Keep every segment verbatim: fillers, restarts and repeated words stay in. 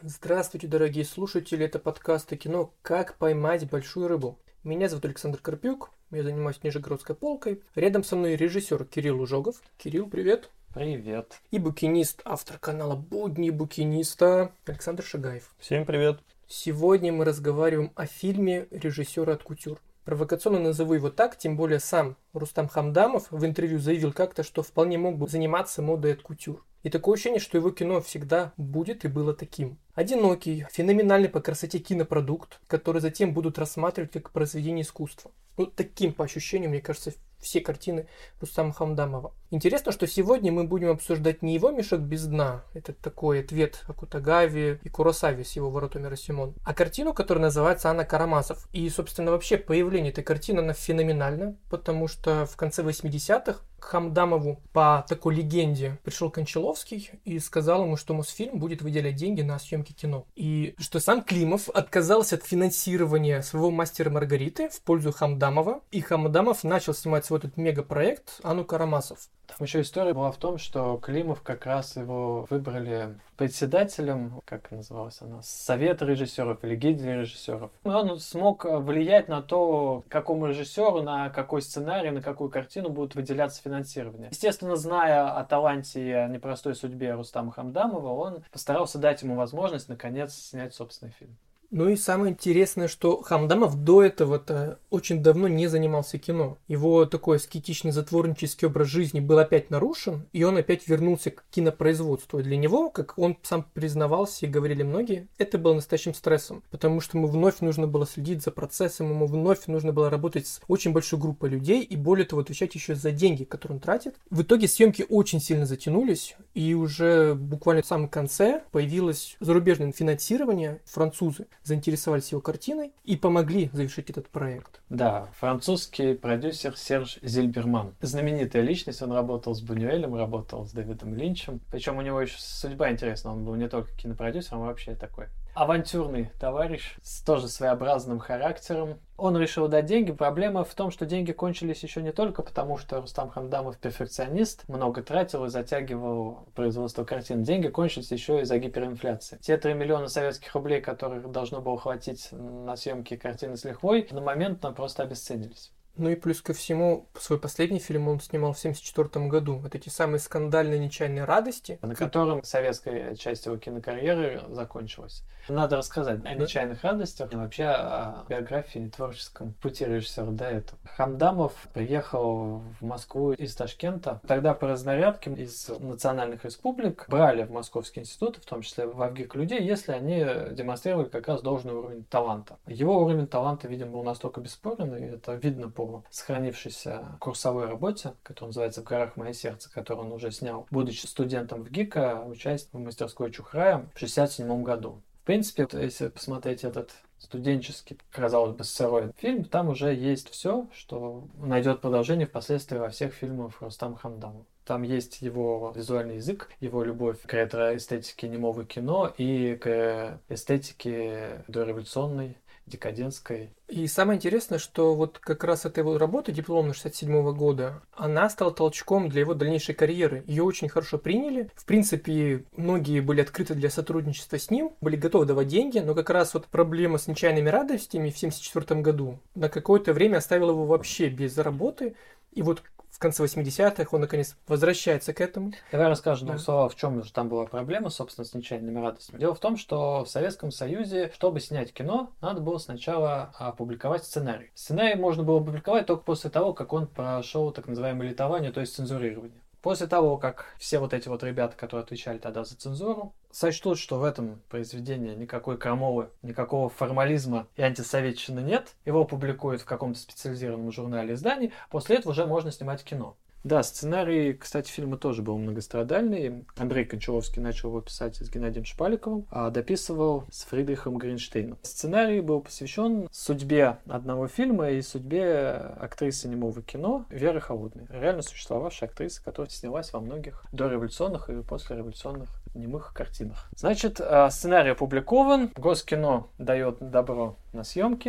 Здравствуйте, дорогие слушатели, это подкаст о кино «Как поймать большую рыбу». Меня зовут Александр Карпюк, я занимаюсь Нижегородской полкой. Рядом со мной режиссер Кирилл Ужогов. Кирилл, привет. Привет. И букинист, автор канала «Будни букиниста» Александр Шагаев. Всем привет. Сегодня мы разговариваем о фильме режиссера от кутюр. Провокационно назову его так, тем более сам Рустам Хамдамов в интервью заявил как-то, что вполне мог бы заниматься модой от кутюр. И такое ощущение, что его кино всегда будет и было таким. Одинокий, феноменальный по красоте кинопродукт, который затем будут рассматривать как произведение искусства. Ну, таким по ощущениям, мне кажется, все картины Рустама Хамдамова. Интересно, что сегодня мы будем обсуждать не его «Мешок без дна», это такой ответ Акутагаве и Куросаве с его «Воротами Росимон», а картину, которая называется «Анна Карамазов». И, собственно, вообще появление этой картины, она феноменальна, потому что в конце восьмидесятых к Хамдамову по такой легенде пришел Кончаловский и сказал ему, что Мосфильм будет выделять деньги на съемки кино. И что сам Климов отказался от финансирования своего «Мастера Маргариты» в пользу Хамдамова, и Хамдамов начал снимать свой этот мегапроект «Анну Карамазов». Там еще история была в том, что Климов как раз его выбрали председателем, как называлась она, Совета режиссеров или гильдии режиссеров. И он смог влиять на то, какому режиссеру, на какой сценарий, на какую картину будет выделяться финансирование. Естественно, зная о таланте и о непростой судьбе Рустама Хамдамова, он постарался дать ему возможность наконец снять собственный фильм. Ну и самое интересное, что Хамдамов до этого-то очень давно не занимался кино. Его такой аскетичный затворнический образ жизни был опять нарушен, и он опять вернулся к кинопроизводству. И для него, как он сам признавался и говорили многие, это было настоящим стрессом, потому что ему вновь нужно было следить за процессом, ему вновь нужно было работать с очень большой группой людей и, более того, отвечать еще за деньги, которые он тратит. В итоге съемки очень сильно затянулись, и уже буквально в самом конце появилось зарубежное финансирование, французы заинтересовались его картиной и помогли завершить этот проект. Да, французский продюсер Серж Зильберман. Знаменитая личность, он работал с Бунюэлем, работал с Дэвидом Линчем. Причем у него еще судьба интересная, он был не только кинопродюсером, а вообще такой авантюрный товарищ с тоже своеобразным характером. Он решил дать деньги. Проблема в том, что деньги кончились еще не только потому, что Рустам Хамдамов перфекционист, много тратил и затягивал производство картин. Деньги кончились еще из-за гиперинфляции. Те три миллиона советских рублей, которых должно было хватить на съемки картины с лихвой, на момент просто обесценились. Ну и плюс ко всему, свой последний фильм он снимал в семьдесят четвёртом году. Вот эти самые скандальные «Нечаянные радости». На котором советская часть его кинокарьеры закончилась. Надо рассказать о «Нечаянных радостях» и вообще о биографии и творческом пути режиссера до этого. Хамдамов приехал в Москву из Ташкента. Тогда по разнарядке из национальных республик брали в Московский институт, в том числе в ВГИК, людей, если они демонстрировали как раз должный уровень таланта. Его уровень таланта, видимо, был настолько бесспорен, и это видно по сохранившейся курсовой работе, которая называется «В горах мое сердце», которую он уже снял, будучи студентом ВГИКа, участие в мастерской Чухрая в шестьдесят седьмом году. В принципе, если посмотреть этот студенческий, казалось бы, сырой фильм, там уже есть все, что найдет продолжение впоследствии во всех фильмах Рустама Хамдамова. Там есть его визуальный язык, его любовь к ретро-эстетике немого кино и к эстетике дореволюционной, декадентской. И самое интересное, что вот как раз эта его работа дипломная шестьдесят седьмого года, она стала толчком для его дальнейшей карьеры. Ее очень хорошо приняли. В принципе, многие были открыты для сотрудничества с ним, были готовы давать деньги, но как раз вот проблема с «Нечаянными радостями» в семьдесят четвёртом году на какое-то время оставила его вообще без работы. И вот в конце восьмидесятых он, наконец, возвращается к этому. Давай расскажу, да. ну, слова, в чем же там была проблема, собственно, с «Нечаянными радостями». Дело в том, что в Советском Союзе, чтобы снять кино, надо было сначала опубликовать сценарий. Сценарий можно было опубликовать только после того, как он прошел так называемое литование, то есть цензурирование. После того, как все вот эти вот ребята, которые отвечали тогда за цензуру, сочтут, что в этом произведении никакой крамолы, никакого формализма и антисоветчины нет, его опубликуют в каком-то специализированном журнале издании, после этого уже можно снимать кино. Да, сценарий, кстати, фильма тоже был многострадальный. Андрей Кончаловский начал его писать с Геннадием Шпаликовым, а дописывал с Фридрихом Гринштейном. Сценарий был посвящен судьбе одного фильма и судьбе актрисы немого кино Веры Холодной. Реально существовавшей актрисы, которая снялась во многих дореволюционных и послереволюционных немых картинах. Значит, сценарий опубликован, Госкино дает добро на съемки.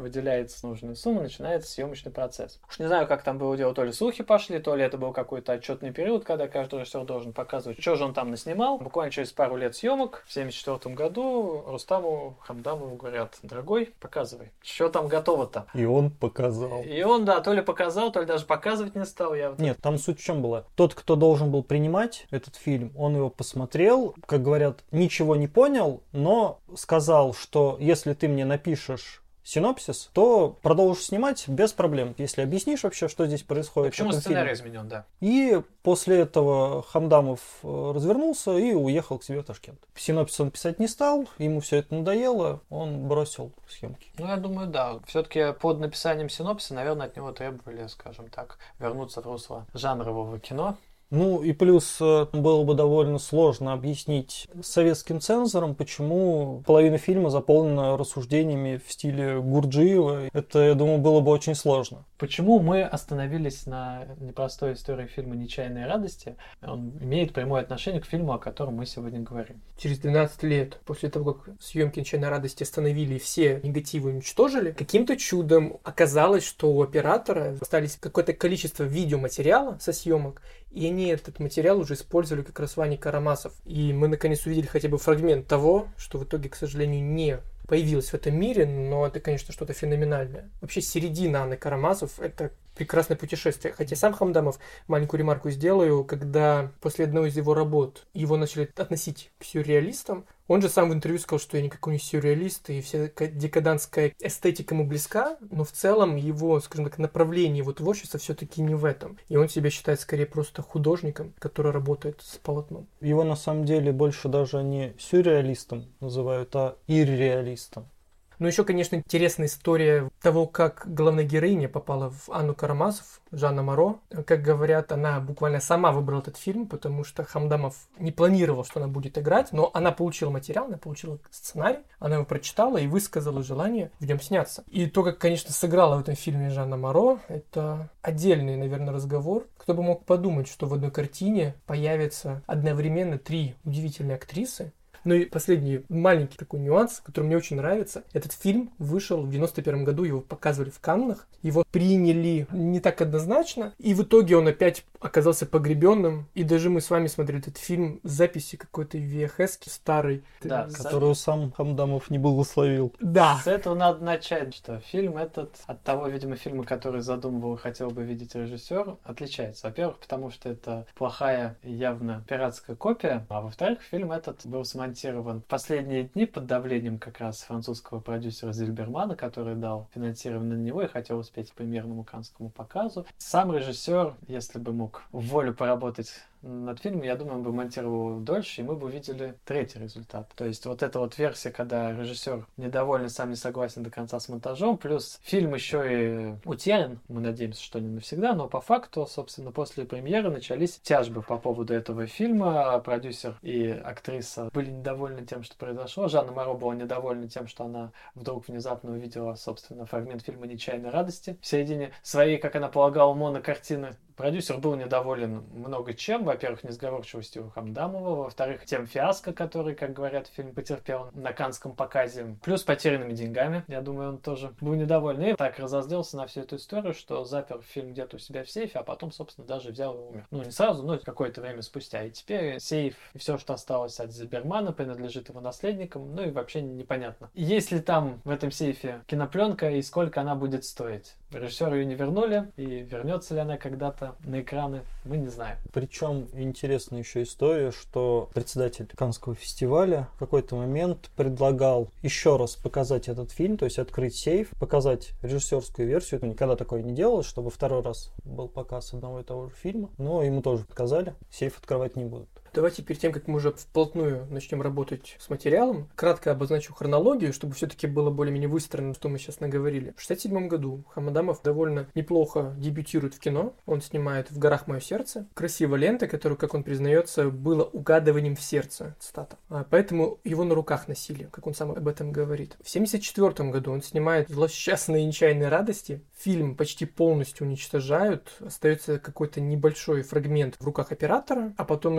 выделяется нужная сумма, начинается съемочный процесс. Уж не знаю, как там было дело, то ли слухи пошли, то ли это был какой-то отчетный период, когда каждый режиссер должен показывать, что же он там наснимал. Буквально через пару лет съемок, в семьдесят четвёртом году, Рустаму Хамдамову говорят: дорогой, показывай, что там готово-то. И он показал. И он, да, то ли показал, то ли даже показывать не стал. Я вот Нет, там суть в чем была. Тот, кто должен был принимать этот фильм, он его посмотрел, как говорят, ничего не понял, но сказал, что если ты мне напишешь синопсис, то продолжишь снимать без проблем, если объяснишь вообще, что здесь происходит. Почему сценарий изменен, да. И после этого Хамдамов развернулся и уехал к себе в Ташкент. Синопсис он писать не стал, ему все это надоело, он бросил съемки. Ну, я думаю, да. Все-таки под написанием синопсиса, наверное, от него требовали, скажем так, вернуться в русло жанрового кино. Ну и плюс было бы довольно сложно объяснить советским цензорам, почему половина фильма заполнена рассуждениями в стиле Гурджиева. Это, я думаю, было бы очень сложно. Почему мы остановились на непростой истории фильма «Нечаянные радости»? Он имеет прямое отношение к фильму, о котором мы сегодня говорим. Через двенадцать лет после того, как съемки «Нечаянной радости» остановили и все негативы уничтожили, каким-то чудом оказалось, что у оператора остались какое-то количество видеоматериала со съемок, и они этот материал уже использовали как раз Ваня Карамасов. И мы наконец увидели хотя бы фрагмент того, что в итоге, к сожалению, не появилось в этом мире, но это, конечно, что-то феноменальное. Вообще середина Анны Карамазов — это прекрасное путешествие. Хотя сам Хамдамов, маленькую ремарку сделаю, когда после одной из его работ его начали относить к сюрреалистам, он же сам в интервью сказал, что я никакой не сюрреалист, и вся декадантская эстетика ему близка, но в целом его, скажем так, направление его творчества все-таки не в этом. И он себя считает скорее просто художником, который работает с полотном. Его на самом деле больше даже не сюрреалистом называют, а ирреалистом. Ну, еще, конечно, интересная история того, как главная героиня попала в Анну Карамазов, Жанна Моро. Как говорят, она буквально сама выбрала этот фильм, потому что Хамдамов не планировал, что она будет играть, но она получила материал, она получила сценарий, она его прочитала и высказала желание в нем сняться. И то, как, конечно, сыграла в этом фильме Жанна Моро, это отдельный, наверное, разговор. Кто бы мог подумать, что в одной картине появятся одновременно три удивительные актрисы. Ну и последний маленький такой нюанс, который мне очень нравится. Этот фильм вышел в девяносто первом году, его показывали в Каннах. Его приняли не так однозначно, и в итоге он опять оказался погребенным. И даже мы с вами смотрели этот фильм с записи какой-то ви эйч эс старой. Да, которую сам Хамдамов не благословил. Да. С этого надо начать, что фильм этот от того, видимо, фильма, который задумывал и хотел бы видеть режиссер, отличается. Во-первых, потому что это плохая, явно пиратская копия, а во-вторых, фильм этот был смонтирован в последние дни под давлением как раз французского продюсера Зильбермана, который дал финансирование на него и хотел успеть к премьерному каннскому показу. Сам режиссер, если бы мог в волю поработать над фильмом, я думаю, он бы монтировал дольше, и мы бы увидели третий результат. То есть вот эта вот версия, когда режиссер недоволен, сам не согласен до конца с монтажом, плюс фильм еще и утерян, мы надеемся, что не навсегда, но по факту, собственно, после премьеры начались тяжбы по поводу этого фильма. Продюсер и актриса были недовольны тем, что произошло. Жанна Моро была недовольна тем, что она вдруг внезапно увидела, собственно, фрагмент фильма «Нечаянной радости» в середине своей, как она полагала, монокартины. Продюсер был недоволен много чем. Во-первых, несговорчивостью Хамдамова. Во-вторых, тем фиаско, который, как говорят, фильм потерпел на каннском показе. Плюс потерянными деньгами. Я думаю, он тоже был недоволен. И так разозлился на всю эту историю, что запер фильм где-то у себя в сейфе, а потом, собственно, даже взял и умер. Ну, не сразу, но какое-то время спустя. И теперь сейф и все, что осталось от Зильбермана, принадлежит его наследникам. Ну и вообще непонятно, есть ли там в этом сейфе кинопленка и сколько она будет стоить. Режиссеру ее не вернули, и вернется ли она когда-то на экраны, мы не знаем. Причем интересная еще история, что председатель Каннского фестиваля в какой-то момент предлагал еще раз показать этот фильм, то есть открыть сейф, показать режиссерскую версию. Никогда такое не делалось, чтобы второй раз был показ одного и того же фильма, но ему тоже показали, сейф открывать не будут. Давайте перед тем, как мы уже вплотную начнем работать с материалом, кратко обозначу хронологию, чтобы все-таки было более-менее выстроено, что мы сейчас наговорили. В шестьдесят седьмом году Хамдамов довольно неплохо дебютирует в кино. Он снимает «В горах мое сердце». Красивая лента, которая, как он признается, была угадыванием в сердце, цитата. А поэтому его на руках носили, как он сам об этом говорит. В семьдесят четвёртом году он снимает «Злосчастные нечаянные радости». Фильм почти полностью уничтожают. Остается какой-то небольшой фрагмент в руках оператора, а потом уже в конце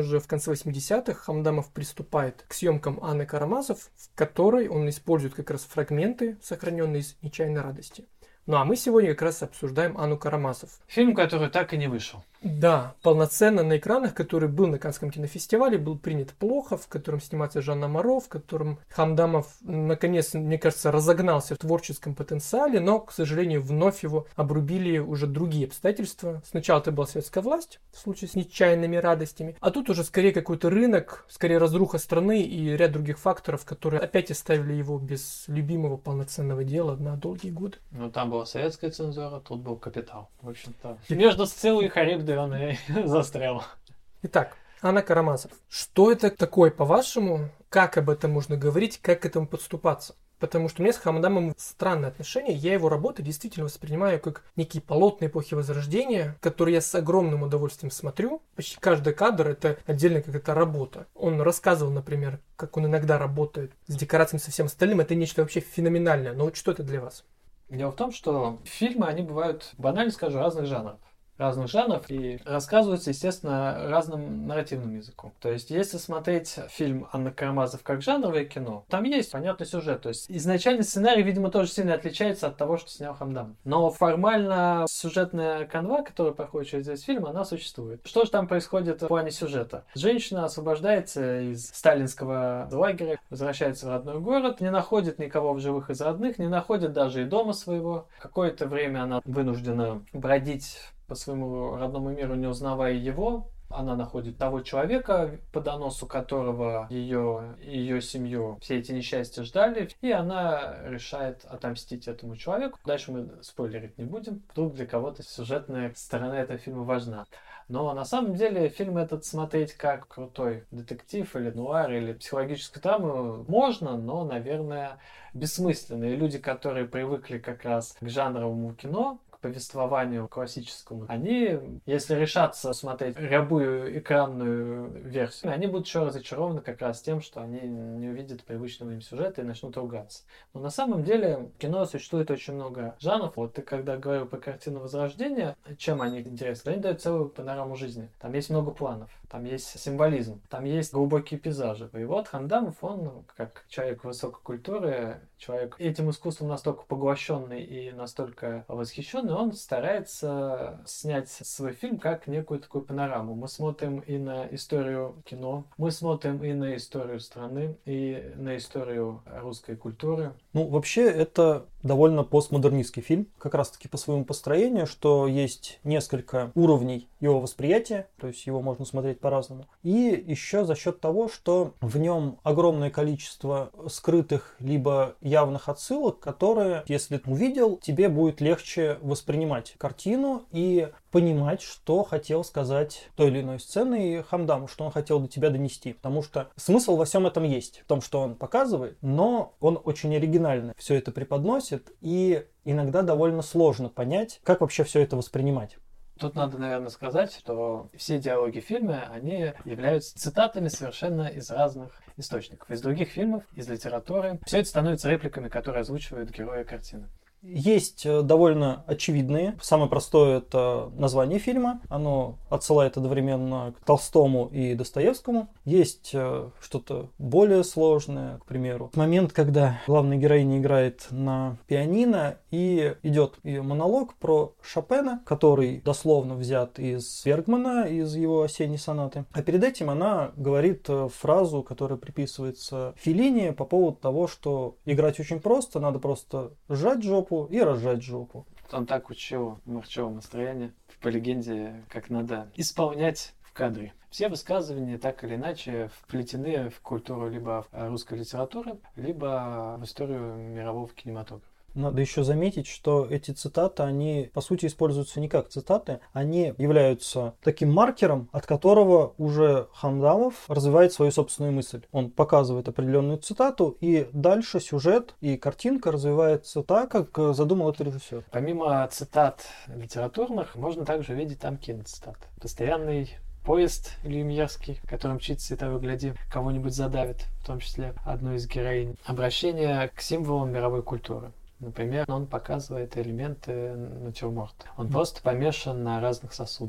конце восьмидесятых Хамдамов приступает к съемкам Анны Карамазов, в которой он использует как раз фрагменты, сохраненные из «Нечаянной радости». Ну а мы сегодня как раз обсуждаем Анну Карамазов. Фильм, который так и не вышел. Да, полноценно на экранах, который был на Каннском кинофестивале, был принят плохо, в котором снимается Жанна Моро, в котором Хамдамов, наконец, мне кажется, разогнался в творческом потенциале, но, к сожалению, вновь его обрубили уже другие обстоятельства. Сначала это была советская власть, в случае с «Нечаянными радостями», а тут уже скорее какой-то рынок, скорее разруха страны и ряд других факторов, которые опять оставили его без любимого полноценного дела на долгие годы. Ну, там была советская цензура, тут был «Капитал». В общем-то, между Сциллой и Харибдой он и застрял. Итак, Анна Карамазов. Что это такое, по-вашему? Как об этом можно говорить? Как к этому подступаться? Потому что у меня с Хамдамом странные отношения. Я его работы действительно воспринимаю как некие полотна эпохи Возрождения, которые я с огромным удовольствием смотрю. Почти каждый кадр — это отдельная какая-то работа. Он рассказывал, например, как он иногда работает с декорациями, со всем остальным. Это нечто вообще феноменальное. Но вот что это для вас? Дело в том, что фильмы, они бывают, банально скажу, разных жанров. разных жанров и рассказываются, естественно, разным нарративным языком. То есть, если смотреть фильм Анны Карамазов как жанровое кино, там есть понятный сюжет. То есть, изначально сценарий, видимо, тоже сильно отличается от того, что снял Хамдамов. Но формально сюжетная канва, которая проходит через весь фильм, она существует. Что же там происходит в плане сюжета? Женщина освобождается из сталинского лагеря, возвращается в родной город, не находит никого в живых из родных, не находит даже и дома своего. Какое-то время она вынуждена бродить по своему родному миру, не узнавая его. Она находит того человека, по доносу которого ее и ее семью все эти несчастья ждали, и она решает отомстить этому человеку. Дальше мы спойлерить не будем. Вдруг для кого-то сюжетная сторона этого фильма важна. Но на самом деле фильм этот смотреть как крутой детектив или нуар, или психологическую драму можно, но, наверное, бессмысленно. И люди, которые привыкли как раз к жанровому кино, повествованию классическому, они, если решатся смотреть рябую экранную версию, они будут еще разочарованы как раз тем, что они не увидят привычного им сюжета и начнут ругаться. Но на самом деле в кино существует очень много жанров. Вот ты когда говорил про картину Возрождения, чем они интересны? Они дают целую панораму жизни. Там есть много планов, там есть символизм, там есть глубокие пейзажи. И вот Хамдамов, он, как человек высокой культуры, человек этим искусством настолько поглощенный и настолько восхищенный, он старается снять свой фильм как некую такую панораму. Мы смотрим и на историю кино, мы смотрим и на историю страны, и на историю русской культуры. Ну, вообще, это довольно постмодернистский фильм, как раз-таки по своему построению, что есть несколько уровней его восприятия, то есть его можно смотреть по-разному. И еще за счет того, что в нем огромное количество скрытых либо явных отсылок, которые, если ты увидел, тебе будет легче воспринимать картину и понимать, что хотел сказать той или иной сценой Хамдамов, что он хотел до тебя донести. Потому что смысл во всем этом есть, в том, что он показывает, но он очень оригинально все это преподносит, и иногда довольно сложно понять, как вообще все это воспринимать. Тут надо, наверное, сказать, что все диалоги в фильме, они являются цитатами совершенно из разных источников. Из других фильмов, из литературы. Все это становится репликами, которые озвучивают герои картины. Есть довольно очевидные. Самое простое — это название фильма. Оно отсылает одновременно к Толстому и Достоевскому. Есть что-то более сложное, к примеру. Момент, когда главная героиня играет на пианино, и идет ее монолог про Шопена, который дословно взят из Бергмана, из его «Осенней сонаты». А перед этим она говорит фразу, которая приписывается Феллини по поводу того, что играть очень просто, надо просто сжать жопу и разжать жопу. Он так учил марчевое настроение, по легенде, как надо исполнять в кадре. Все высказывания так или иначе вплетены в культуру либо русской литературы, либо в историю мирового кинематографа. Надо еще заметить, что эти цитаты, они по сути используются не как цитаты, они являются таким маркером, от которого уже Хамдамов развивает свою собственную мысль. Он показывает определенную цитату, и дальше сюжет и картинка развивается так, как задумал этот режиссер. Помимо цитат литературных, можно также видеть там киноцитаты. Постоянный поезд люмьерский, который мчится, и того гляди, кого-нибудь задавит, в том числе одну из героинь. Обращение к символам мировой культуры. Например, он показывает элементы натюрморта. Он просто помешан на разных сосудах.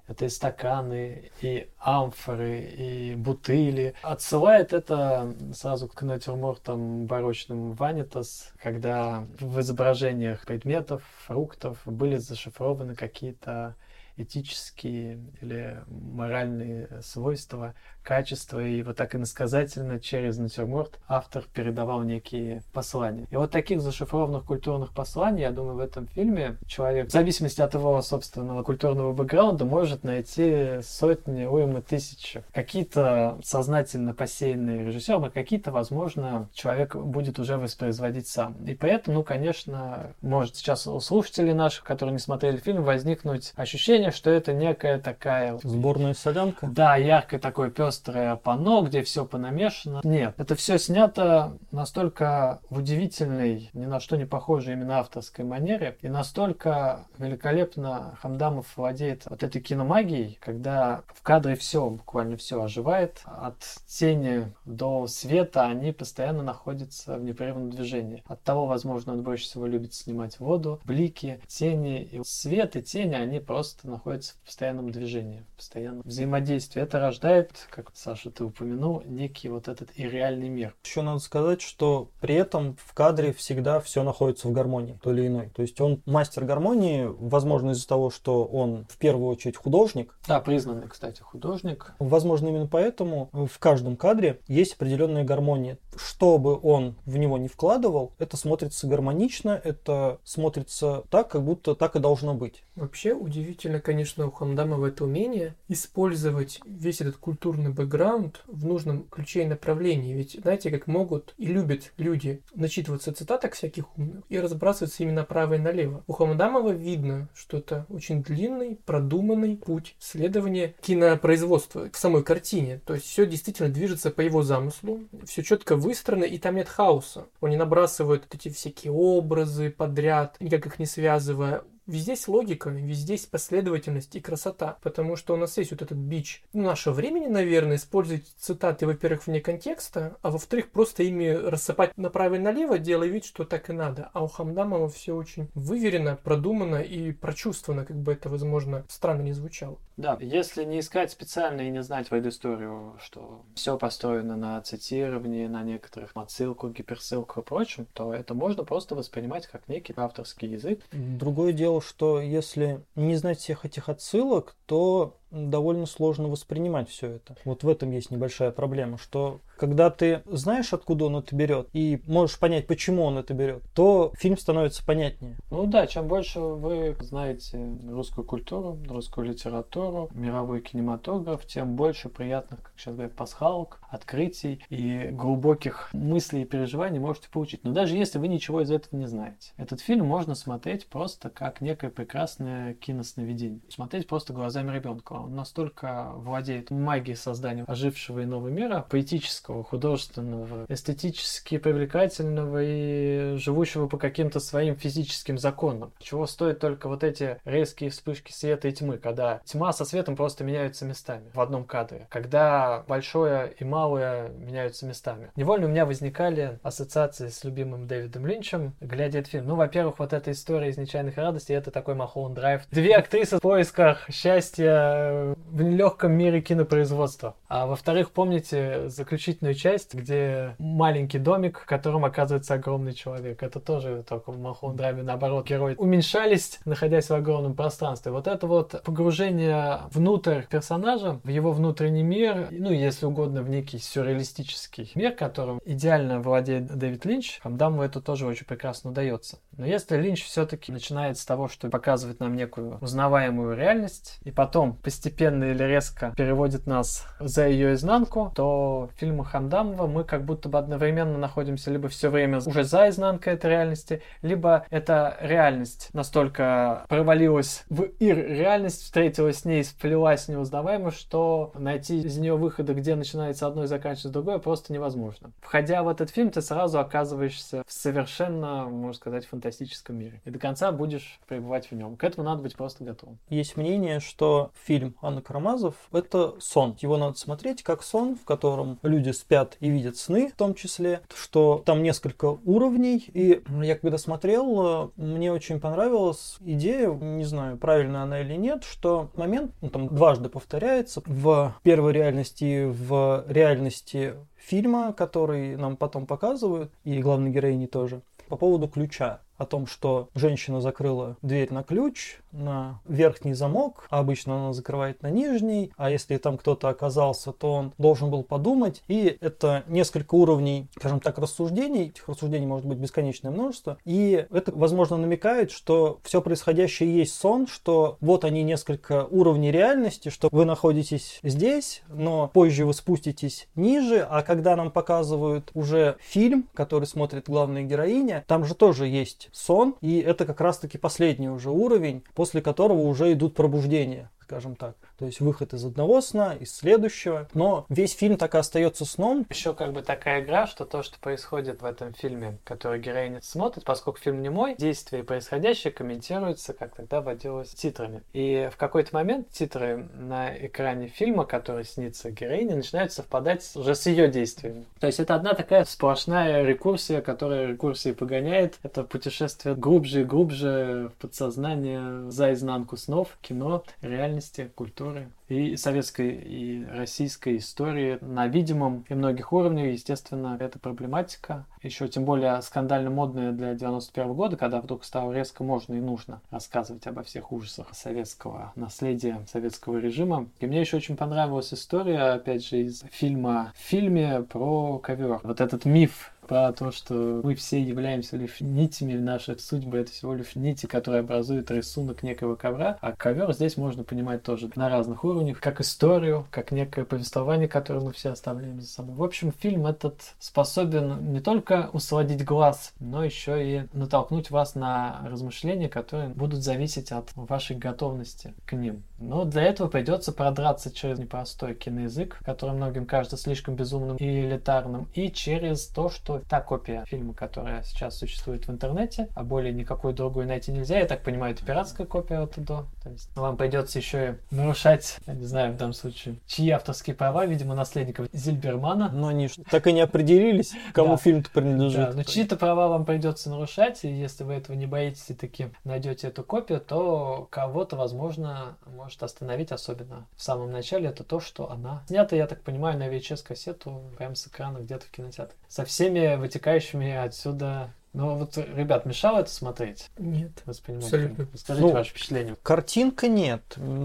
Это и стаканы, и амфоры, и бутыли. Отсылает это сразу к натюрмортам барочным Ванитас, когда в изображениях предметов, фруктов были зашифрованы какие-то этические или моральные свойства, качества, и вот так иносказательно через натюрморт автор передавал некие послания. И вот таких зашифрованных культурных посланий, я думаю, в этом фильме человек, в зависимости от его собственного культурного бэкграунда, может найти сотни, уймы, тысячи. Какие-то сознательно посеянные режиссером, а какие-то, возможно, человек будет уже воспроизводить сам. И поэтому, ну, конечно, может сейчас у слушателей наших, которые не смотрели фильм, возникнуть ощущение, что это некая такая... Сборная солянка? Да, яркое такое пестрое панно, где все понамешано. Нет, это все снято настолько в удивительной, ни на что не похожей именно авторской манере, и настолько великолепно Хамдамов владеет вот этой киномагией, когда в кадре все, буквально все оживает, от тени до света они постоянно находятся в непрерывном движении. От того, возможно, он больше всего любит снимать воду, блики, тени, и свет и тени, они просто находятся в постоянном движении, в постоянном взаимодействии. Это рождает, как, Саша, ты упомянул, некий вот этот и реальный мир. Еще надо сказать, что при этом в кадре всегда все находится в гармонии, то или иной. То есть он мастер гармонии, возможно, из-за того, что он в первую очередь художник. Да, признанный, кстати, художник. Возможно, именно поэтому в каждом кадре есть определенная гармония. Что бы он в него не вкладывал, это смотрится гармонично, это смотрится так, как будто так и должно быть. Вообще удивительно, конечно, у Хамдамова это умение использовать весь этот культурный бэкграунд в нужном ключе и направлении. Ведь знаете, как могут и любят люди начитываться цитаток всяких умных и разбрасываться именно направо и налево. У Хамдамова видно, что это очень длинный, продуманный путь следования кинопроизводства в самой картине. То есть все действительно движется по его замыслу, все четко выстроено, и там нет хаоса. Он не набрасывает вот эти всякие образы подряд, никак их не связывая. Везде есть логика, везде есть последовательность и красота, потому что у нас есть вот этот бич нашего времени, наверное, использовать цитаты, во-первых, вне контекста, а во-вторых, просто ими рассыпать направо и налево, делая вид, что так и надо. А у Хамдамова все очень выверено, продумано и прочувствовано, как бы это, возможно, странно не звучало. Да, если не искать специально и не знать предысторию, что все построено на цитировании, на некоторых отсылках, гиперссылках и прочем, то это можно просто воспринимать как некий авторский язык. Другое дело, что если не знать всех этих отсылок, то довольно сложно воспринимать все это. Вот в этом есть небольшая проблема, что когда ты знаешь, откуда он это берет, и можешь понять, почему он это берет, то фильм становится понятнее. Ну да, чем больше вы знаете русскую культуру, русскую литературу, мировой кинематограф, тем больше приятных, как сейчас говорят, пасхалок, открытий и глубоких мыслей и переживаний можете получить. Но даже если вы ничего из этого не знаете, этот фильм можно смотреть просто как некое прекрасное киносновидение. Смотреть просто глазами ребенка. Он настолько владеет магией создания ожившего иного мира, поэтического, художественного, эстетически привлекательного и живущего по каким-то своим физическим законам. Чего стоят только вот эти резкие вспышки света и тьмы, когда тьма со светом просто меняются местами в одном кадре, когда большое и малое меняются местами. Невольно у меня возникали ассоциации с любимым Дэвидом Линчем, глядя этот фильм. Ну, во-первых, вот эта история из «Нечаянных радостей» — это такой Малхолланд Драйв. Две актрисы в поисках счастья в нелегком мире кинопроизводства. А во-вторых, помните заключительную часть, где маленький домик, в котором оказывается огромный человек. Это тоже только в Малхолланд Драйве, наоборот, герои уменьшались, находясь в огромном пространстве. Вот это вот погружение внутрь персонажа, в его внутренний мир, ну, если угодно, в некий сюрреалистический мир, которым идеально владеет Дэвид Линч, Хамдамову это тоже очень прекрасно удается. Но если Линч все-таки начинает с того, что показывает нам некую узнаваемую реальность, и потом постепенно или резко переводит нас за ее изнанку, то в фильмах Хамдамова мы как будто бы одновременно находимся либо все время уже за изнанкой этой реальности, либо эта реальность настолько провалилась в ир-реальность, встретилась с ней, сплелась неузнаваемо, что найти из нее выхода, где начинается одно и заканчивается другое, просто невозможно. Входя в этот фильм, ты сразу оказываешься в совершенно, можно сказать, фантастическом мире. И до конца будешь пребывать в нем. К этому надо быть просто готовым. Есть мнение, что фильм фильм Анны Карамазов — это сон. Его надо смотреть как сон, в котором люди спят и видят сны в том числе, что там несколько уровней. И я когда смотрел, мне очень понравилась идея, не знаю, правильно она или нет, что момент, ну, там дважды повторяется в первой реальности и в реальности фильма, который нам потом показывают, и главной героини тоже, по поводу ключа. О том, что женщина закрыла дверь на ключ, на верхний замок, а обычно она закрывает на нижний, а если там кто-то оказался, то он должен был подумать. И это несколько уровней, скажем так, рассуждений. Этих рассуждений может быть бесконечное множество. И это, возможно, намекает, что все происходящее есть сон, что вот они несколько уровней реальности, что вы находитесь здесь, но позже вы спуститесь ниже, а когда нам показывают уже фильм, который смотрит главная героиня, там же тоже есть сон, и это как раз-таки последний уже уровень, после которого уже идут пробуждения, скажем так. То есть выход из одного сна, из следующего. Но весь фильм так и остается сном. Еще как бы такая игра, что то, что происходит в этом фильме, который героиня смотрит, поскольку фильм немой, действие происходящее комментируется, как тогда водилось, титрами. И в какой-то момент титры на экране фильма, который снится героине, начинают совпадать уже с ее действиями. То есть это одна такая сплошная рекурсия, которая рекурсии погоняет. Это путешествие глубже и глубже в подсознание, за изнанку снов, кино, реальности, культуры и советской, и российской истории на видимом и многих уровнях. Естественно, эта проблематика, еще тем более скандально модная для девяносто первого года, когда вдруг стало резко можно и нужно рассказывать обо всех ужасах советского наследия, советского режима. И мне еще очень понравилась история, опять же, из фильма в фильме про ковер. Вот этот миф про то, что мы все являемся лишь нитями наших судьбы, это всего лишь нити, которые образуют рисунок некого ковра, а ковер здесь можно понимать тоже на разных уровнях, как историю, как некое повествование, которое мы все оставляем за собой. В общем, фильм этот способен не только усладить глаз, но еще и натолкнуть вас на размышления, которые будут зависеть от вашей готовности к ним. Но для этого придется продраться через непростой киноязык, который многим кажется слишком безумным и элитарным, и через то, что та копия фильма, которая сейчас существует в интернете, а более никакой другой найти нельзя. Я так понимаю, это пиратская копия от и до. То есть вам придется еще и нарушать, я не знаю, в данном случае, чьи авторские права, видимо, наследников Зильбермана. Но они так и не определились, кому фильм-то принадлежит. Да, но чьи-то права вам придется нарушать, и если вы этого не боитесь и таки найдете эту копию, то кого-то, возможно, может остановить, особенно в самом начале, это то, что она снята, я так понимаю, на ви эйч эс-кассету прямо с экрана где-то в кинотеатре. Со всеми вытекающими отсюда. Ну вот, ребят, мешало это смотреть? Нет. Абсолютно. Скажите ну, ваше впечатление. Картинка нет.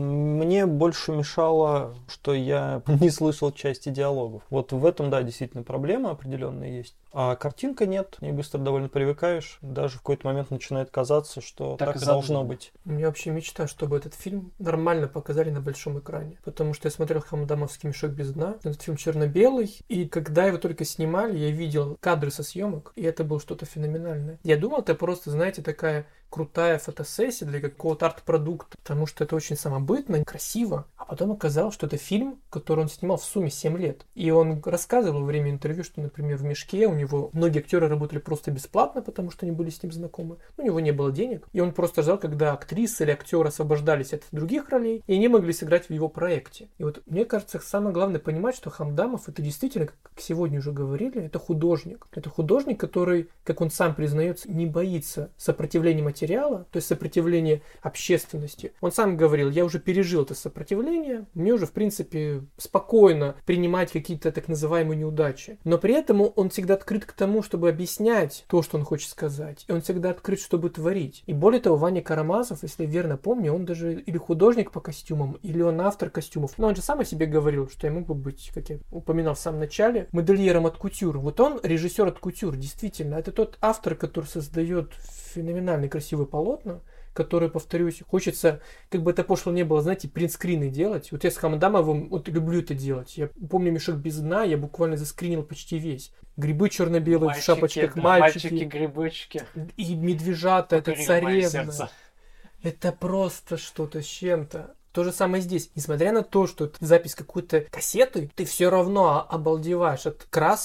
Мне больше мешало, что я не слышал части диалогов. Вот в этом, да, действительно проблема определенная есть. А картинка нет. И быстро довольно привыкаешь. Даже в какой-то момент начинает казаться, что так, так и должно быть. У меня вообще мечта, чтобы этот фильм нормально показали на большом экране. Потому что я смотрел «Хамдамовский мешок без дна». Этот фильм черно-белый. И когда его только снимали, я видел кадры со съемок. И это было что-то феноменальное. Я думал, это просто, знаете, такая крутая фотосессия для какого-то арт-продукта, потому что это очень самобытно, красиво. А потом оказалось, что это фильм, который он снимал в сумме семь лет. И он рассказывал во время интервью, что, например, в «Мешке» у него многие актеры работали просто бесплатно, потому что они были с ним знакомы. У него не было денег. И он просто ждал, когда актрисы или актеры освобождались от других ролей, и не могли сыграть в его проекте. И вот мне кажется, самое главное понимать, что Хамдамов — это действительно, как сегодня уже говорили, это художник. Это художник, который, как он сам признается, не боится сопротивления материала, то есть сопротивления общественности. Он сам говорил, я уже пережил это сопротивление, мне уже, в принципе, спокойно принимать какие-то так называемые неудачи. Но при этом он всегда открыт к тому, чтобы объяснять то, что он хочет сказать. И он всегда открыт, чтобы творить. И более того, Ваня Карамазов, если я верно помню, он даже или художник по костюмам, или он автор костюмов. Но он же сам о себе говорил, что я мог бы быть, как я упоминал в самом начале, модельером от кутюр. Вот он режиссер от кутюр, действительно. Это тот автор, который создает феноменальные красивые полотна, которые, повторюсь, хочется, как бы это пошло не было, знаете, принтскрины делать. Вот я с Хамдамовым вот люблю это делать. Я помню «Мешок без дна», я буквально заскринил почти весь. Грибы черно-белые мальчики, в шапочках, да, мальчики. Мальчики-грибочки. И медвежата, это царевна. Это просто что-то с чем-то. То же самое здесь. Несмотря на то, что это запись какой-то кассеты, ты все равно обалдеваешь от красок,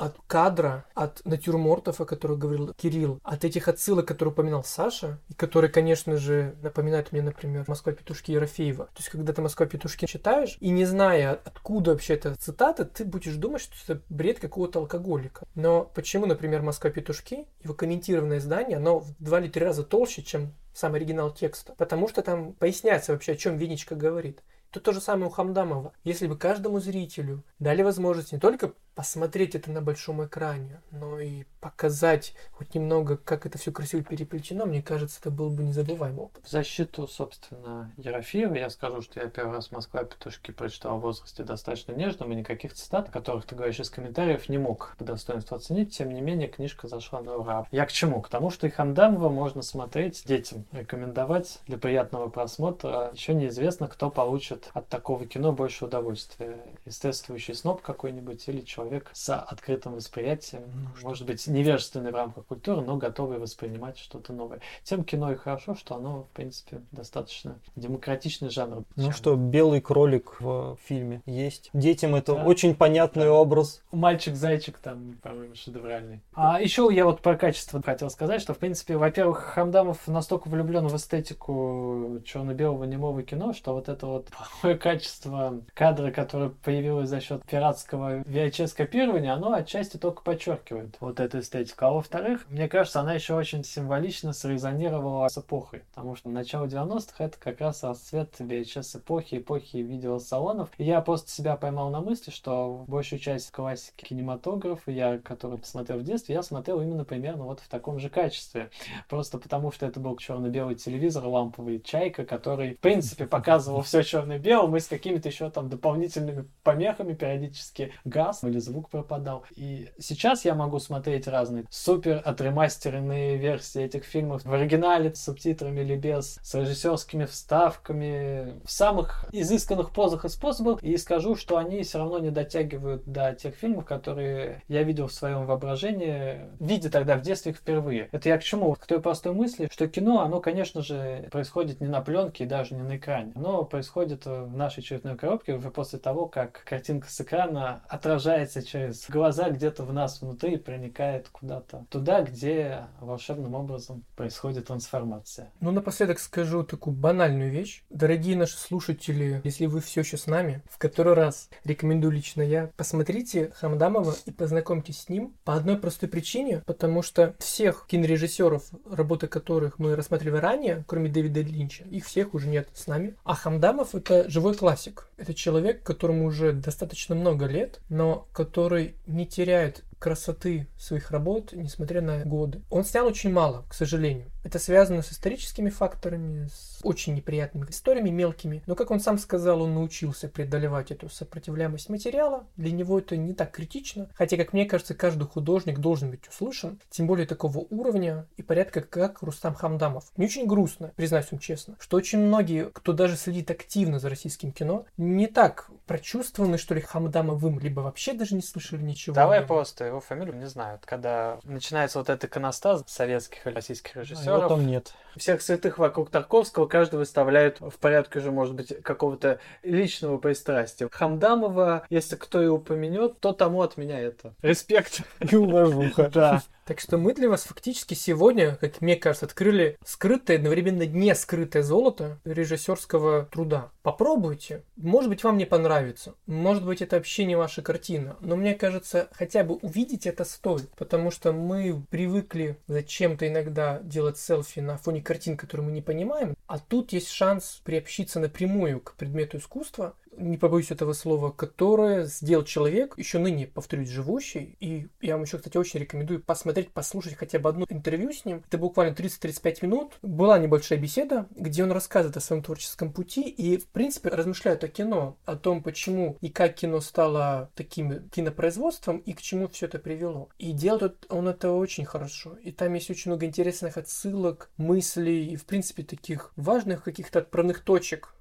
от кадра, от натюрмортов, о которых говорил Кирилл, от этих отсылок, которые упоминал Саша, и которые, конечно же, напоминают мне, например, «Москва-петушки» Ерофеева. То есть, когда ты «Москва-петушки» читаешь, и не зная, откуда вообще эта цитата, ты будешь думать, что это бред какого-то алкоголика. Но почему, например, «Москва-петушки», его комментированное издание, оно в два или три раза толще, чем сам оригинал текста? Потому что там поясняется вообще, о чем Венечка говорит. Тут то же самое у Хамдамова. Если бы каждому зрителю дали возможность не только посмотреть это на большом экране, но и показать хоть немного, как это все красиво переплетено, мне кажется, это был бы незабываемый опыт. В защиту, собственно, Ерофеева я скажу, что я первый раз «Москва-петушки» прочитал в возрасте достаточно нежном, и никаких цитат, о которых ты говоришь из комментариев, не мог по достоинству оценить. Тем не менее, книжка зашла на ура. Я к чему? К тому, что и Хамдамова можно смотреть детям, рекомендовать для приятного просмотра. Еще неизвестно, кто получит от такого кино больше удовольствия. Естествующий сноб какой-нибудь или человек с открытым восприятием, ну, может быть, невежественный в рамках культуры, но готовый воспринимать что-то новое. Тем кино и хорошо, что оно, в принципе, достаточно демократичный жанр. Ну чем... что, белый кролик в фильме есть. Детям это да. очень понятный да. образ. Мальчик-зайчик там, по-моему, шедевральный. А еще я вот про качество хотел сказать, что, в принципе, во-первых, Хамдамов настолько влюблен в эстетику черно-белого немого кино, что вот это вот плохое качество кадра, которое появилось за счет пиратского ви эйч эс-копирования, оно отчасти только подчеркивает вот эту эстетику. А во-вторых, мне кажется, она еще очень символично срезонировала с эпохой, потому что начало девяностых это как раз расцвет ви эйч эс-эпохи, эпохи видеосалонов. И я просто себя поймал на мысли, что большую часть классики кинематографа, я, который посмотрел в детстве, я смотрел именно примерно вот в таком же качестве. Просто потому, что это был черно-белый телевизор, ламповый «Чайка», который, в принципе, показывал все черно-белым и с какими-то еще там дополнительными помехами, периодически газ или звук пропадал. И сейчас я могу смотреть разные супер отремастеренные версии этих фильмов в оригинале, с субтитрами или без, с режиссерскими вставками, в самых изысканных позах и способах, и скажу, что они все равно не дотягивают до тех фильмов, которые я видел в своем воображении, видя тогда в детстве их впервые. Это я к чему? К той простой мысли, что кино, оно, конечно же, происходит не на пленке и даже не на экране. Оно происходит в нашей черепной коробке уже после того, как картинка с экрана отражается через глаза где-то в нас внутри и проникает куда-то туда, где волшебным образом происходит трансформация. Ну, напоследок скажу такую банальную вещь. Дорогие наши слушатели, если вы все еще с нами, в который раз рекомендую лично я, посмотрите Хамдамова и познакомьтесь с ним по одной простой причине, потому что всех кинорежиссеров, работы которых мы рассматривали ранее, кроме Дэвида Линча, их всех уже нет с нами. А Хамдамов — это живой классик. Это человек, которому уже достаточно много лет, но который не теряет красоты своих работ, несмотря на годы. Он снял очень мало, к сожалению. Это связано с историческими факторами, с очень неприятными историями мелкими. Но, как он сам сказал, он научился преодолевать эту сопротивляемость материала. Для него это не так критично. Хотя, как мне кажется, каждый художник должен быть услышан. Тем более такого уровня и порядка, как Рустам Хамдамов. Мне очень грустно, признаюсь вам честно, что очень многие, кто даже следит активно за российским кино, не так прочувствованы, что ли, Хамдамовым, либо вообще даже не слышали ничего. Давай просто его фамилию не знают. Когда начинается вот этот иконостас советских и российских режиссеров, а его там нет. Всех святых вокруг Тарковского каждый выставляет в порядке уже, может быть, какого-то личного пристрастия. Хамдамова, если кто и упомянет, то тому от меня это. Респект и уважуха. Да. Так что мы для вас фактически сегодня, как мне кажется, открыли скрытое, одновременно не скрытое золото режиссерского труда. Попробуйте. Может быть, вам не понравится. Может быть, это вообще не ваша картина. Но мне кажется, хотя бы увидеть это стоит. Потому что мы привыкли зачем-то иногда делать селфи на фоне картин, которые мы не понимаем. А тут есть шанс приобщиться напрямую к предмету искусства, не побоюсь этого слова, которое сделал человек, еще ныне, повторюсь, живущий. И я вам еще, кстати, очень рекомендую посмотреть, послушать хотя бы одно интервью с ним. Это буквально тридцать-тридцать пять минут. Была небольшая беседа, где он рассказывает о своем творческом пути и, в принципе, размышляет о кино, о том, почему и как кино стало таким кинопроизводством и к чему все это привело. И делает он это очень хорошо. И там есть очень много интересных отсылок, мыслей и, в принципе, таких важных каких-то отправных точек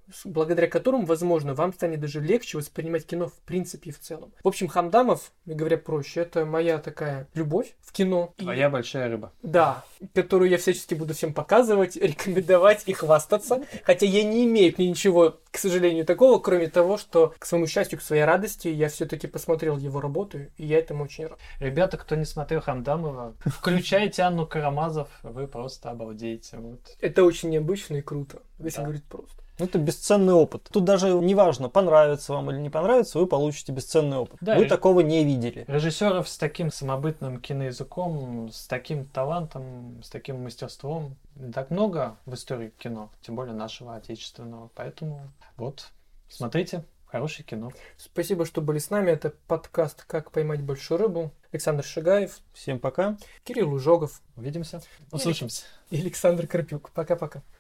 благодаря которому, возможно, вам станет даже легче воспринимать кино в принципе и в целом. В общем, Хамдамов, говоря проще, это моя такая любовь в кино. Твоя и... большая рыба. Да, которую я всячески буду всем показывать, рекомендовать и хвастаться. Хотя я не имею к ней ничего, к сожалению, такого, кроме того, что, к своему счастью, к своей радости, я все-таки посмотрел его работу, и я этому очень рад. Ребята, кто не смотрел Хамдамова, включайте Анну Карамазов, вы просто обалдеете. Вот. Это очень необычно и круто, если Да. говорить просто. Это бесценный опыт. Тут даже не важно, понравится вам или не понравится, вы получите бесценный опыт. Да, вы и- такого не видели. Режиссеров с таким самобытным киноязыком, с таким талантом, с таким мастерством не так много в истории кино, тем более нашего отечественного. Поэтому вот, смотрите, хорошее кино. Спасибо, что были с нами. Это подкаст «Как поймать большую рыбу». Александр Шигаев, Всем пока. Кирилл Ужогов Увидимся, услышимся. и Александр Карпюк. Пока-пока.